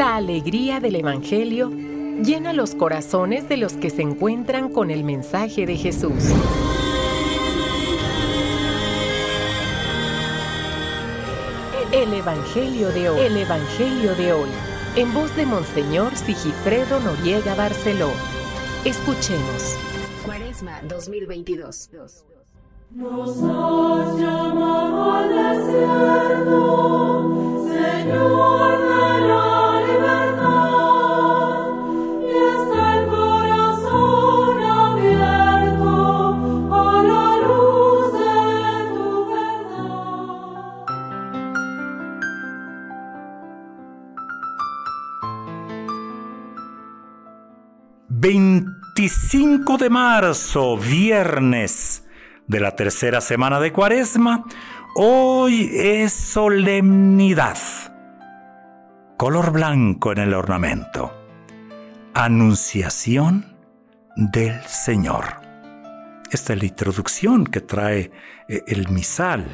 La alegría del Evangelio llena los corazones de los que se encuentran con el mensaje de Jesús. El Evangelio de hoy. El Evangelio de hoy. En voz de Monseñor Sigifredo Noriega Barceló. Escuchemos. Cuaresma 2022. Nos has llamado al desierto, Señor de la libertad, y está el corazón abierto a la luz de tu verdad. 25 de marzo, viernes de la tercera semana de Cuaresma. Hoy es solemnidad. Color blanco en el ornamento. Anunciación del Señor. Esta es la introducción que trae el misal.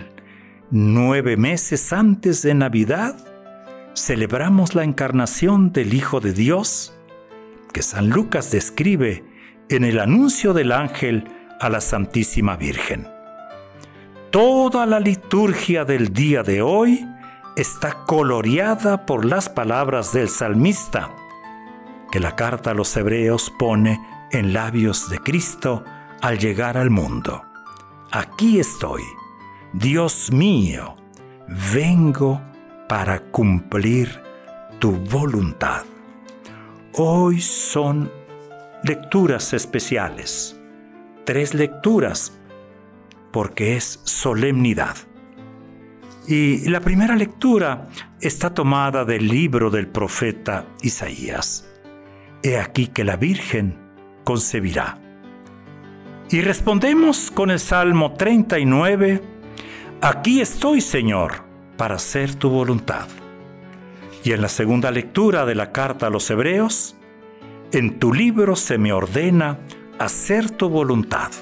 9 meses antes de Navidad celebramos la encarnación del Hijo de Dios, que San Lucas describe en el anuncio del ángel a la Santísima Virgen. Toda la liturgia del día de hoy está coloreada por las palabras del salmista, que la carta a los Hebreos pone en labios de Cristo al llegar al mundo. Aquí estoy, Dios mío, vengo para cumplir tu voluntad. Hoy son lecturas especiales. 3 lecturas, porque es solemnidad. Y la primera lectura está tomada del libro del profeta Isaías. He aquí que la Virgen concebirá. Y respondemos con el Salmo 39, aquí estoy, Señor, para hacer tu voluntad. Y en la segunda lectura de la carta a los Hebreos, en tu libro se me ordena hacer tu voluntad.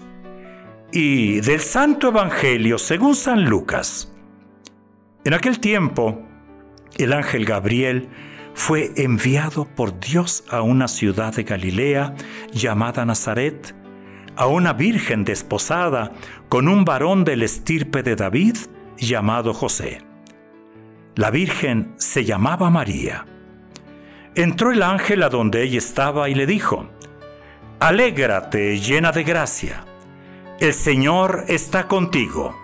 Y del Santo Evangelio según San Lucas. En aquel tiempo, el ángel Gabriel fue enviado por Dios a una ciudad de Galilea llamada Nazaret, a una virgen desposada con un varón del estirpe de David llamado José. La virgen se llamaba María. Entró el ángel a donde ella estaba y le dijo: Alégrate, llena de gracia, el Señor está contigo.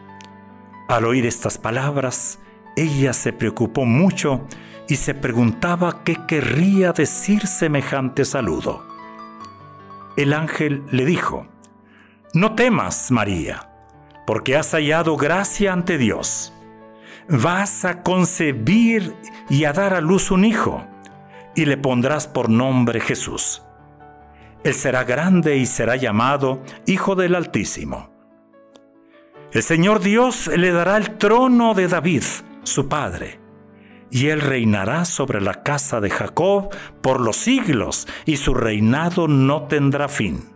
Al oír estas palabras, ella se preocupó mucho y se preguntaba qué querría decir semejante saludo. El ángel le dijo: No temas, María, porque has hallado gracia ante Dios. Vas a concebir y a dar a luz un hijo, y le pondrás por nombre Jesús. Él será grande y será llamado Hijo del Altísimo. El Señor Dios le dará el trono de David, su padre, y él reinará sobre la casa de Jacob por los siglos, y su reinado no tendrá fin.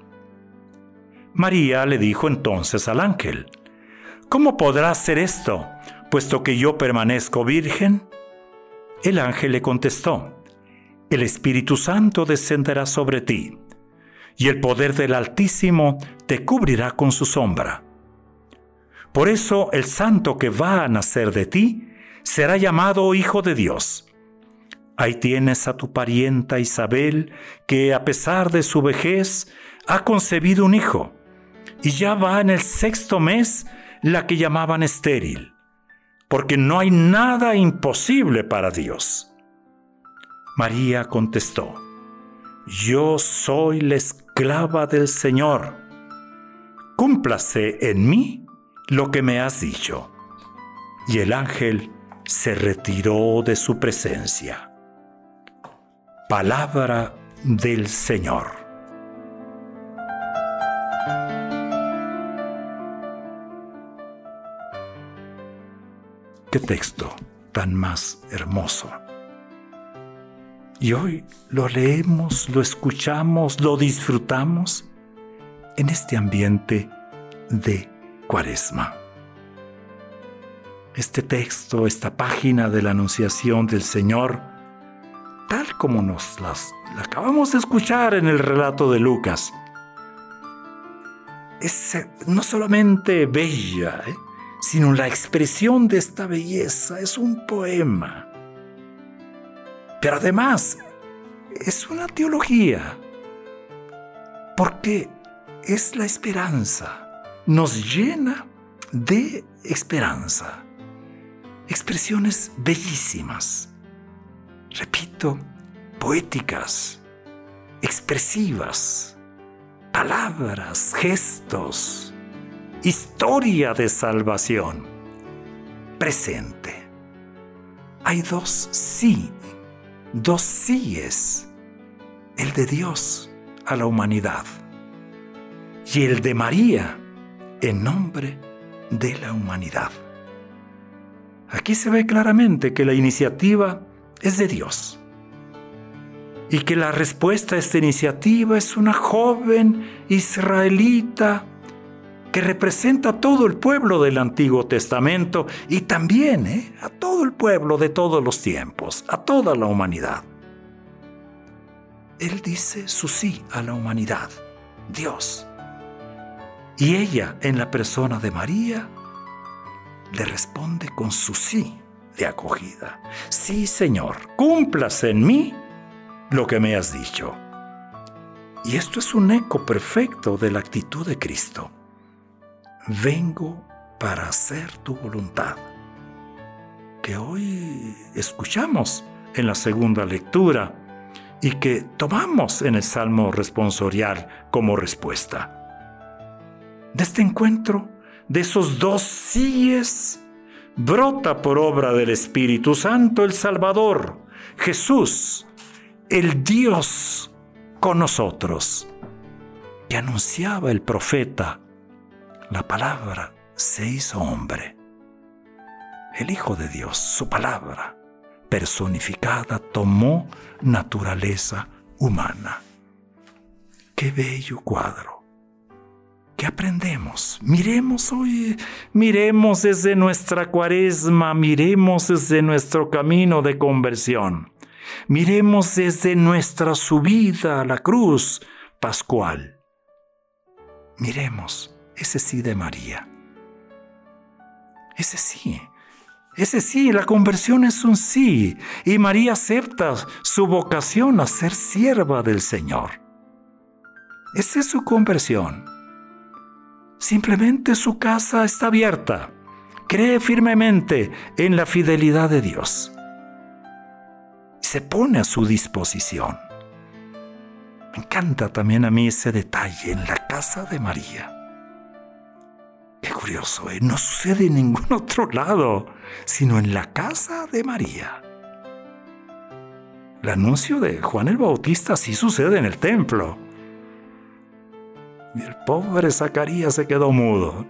María le dijo entonces al ángel: ¿Cómo podrá ser esto, puesto que yo permanezco virgen? El ángel le contestó: El Espíritu Santo descenderá sobre ti, y el poder del Altísimo te cubrirá con su sombra. Por eso el santo que va a nacer de ti será llamado Hijo de Dios. Ahí tienes a tu parienta Isabel, que a pesar de su vejez ha concebido un hijo, y ya va en el 6º mes la que llamaban estéril, porque no hay nada imposible para Dios. María contestó: Yo soy la esclava del Señor. Cúmplase en mí lo que me has dicho. Y el ángel se retiró de su presencia. Palabra del Señor. Qué texto tan más hermoso. Y hoy lo leemos, lo escuchamos, lo disfrutamos en este ambiente de Cuaresma. Este texto, esta página de la Anunciación del Señor, tal como la acabamos de escuchar en el relato de Lucas. Es no solamente bella, sino la expresión de esta belleza es un poema. Pero además es una teología, porque es la esperanza, nos llena de esperanza. Expresiones bellísimas, repito, poéticas, expresivas, palabras, gestos, historia de salvación, presente. Hay dos síes, el de Dios a la humanidad y el de María en nombre de la humanidad. Aquí se ve claramente que la iniciativa es de Dios y que la respuesta a esta iniciativa es una joven israelita que representa a todo el pueblo del Antiguo Testamento y también a todo el pueblo de todos los tiempos, a toda la humanidad. Él dice su sí a la humanidad, Dios. Y ella, en la persona de María, le responde con su sí de acogida. Sí, Señor, cúmplase en mí lo que me has dicho. Y esto es un eco perfecto de la actitud de Cristo. Vengo para hacer tu voluntad, que hoy escuchamos en la segunda lectura y que tomamos en el Salmo responsorial como respuesta. De este encuentro, de esos dos síes, brota por obra del Espíritu Santo el Salvador, Jesús, el Dios con nosotros, que anunciaba el profeta. La palabra se hizo hombre. El Hijo de Dios, su palabra personificada, tomó naturaleza humana. ¡Qué bello cuadro! ¿Qué aprendemos? Miremos hoy, miremos desde nuestra cuaresma, miremos desde nuestro camino de conversión, miremos desde nuestra subida a la cruz pascual. Miremos ese sí de María. Ese sí, la conversión es un sí, y María acepta su vocación a ser sierva del Señor. Esa es su conversión. Simplemente su casa está abierta. Cree firmemente en la fidelidad de Dios. Se pone a su disposición. Me encanta también a mí ese detalle en la casa de María. Qué curioso, no sucede en ningún otro lado, sino en la casa de María. El anuncio de Juan el Bautista sí sucede en el templo. Y el pobre Zacarías se quedó mudo.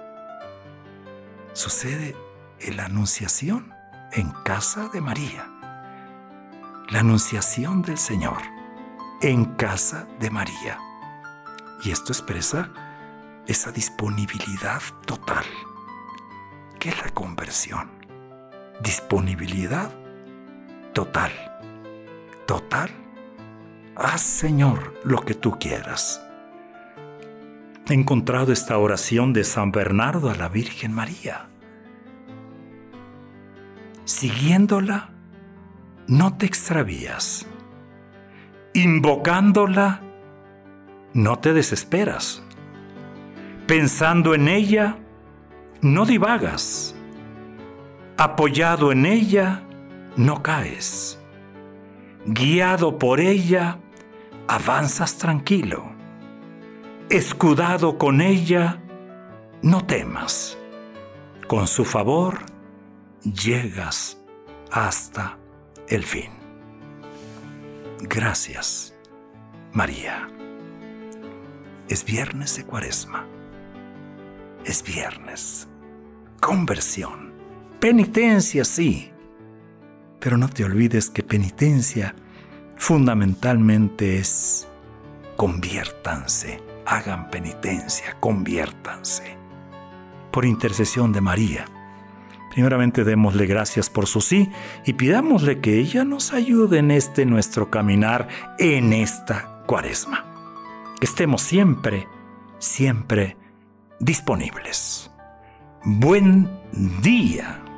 Sucede en la anunciación en casa de María. La anunciación del Señor en casa de María. Y esto expresa esa disponibilidad total. ¿Qué es la conversión? Disponibilidad total. Total. Haz, Señor, lo que tú quieras. He encontrado esta oración de San Bernardo a la Virgen María. Siguiéndola, no te extravías. Invocándola, no te desesperas. Pensando en ella, no divagas. Apoyado en ella, no caes. Guiado por ella, avanzas tranquilo. Escudado con ella, no temas. Con su favor, llegas hasta el fin. Gracias, María. Es viernes de Cuaresma. Es viernes. Conversión. Penitencia, sí. Pero no te olvides que penitencia fundamentalmente es conviértanse. Hagan penitencia, conviértanse. Por intercesión de María, Primeramente démosle gracias por su sí y pidámosle que ella nos ayude en nuestro caminar en esta Cuaresma. Que estemos siempre, siempre disponibles. Buen día.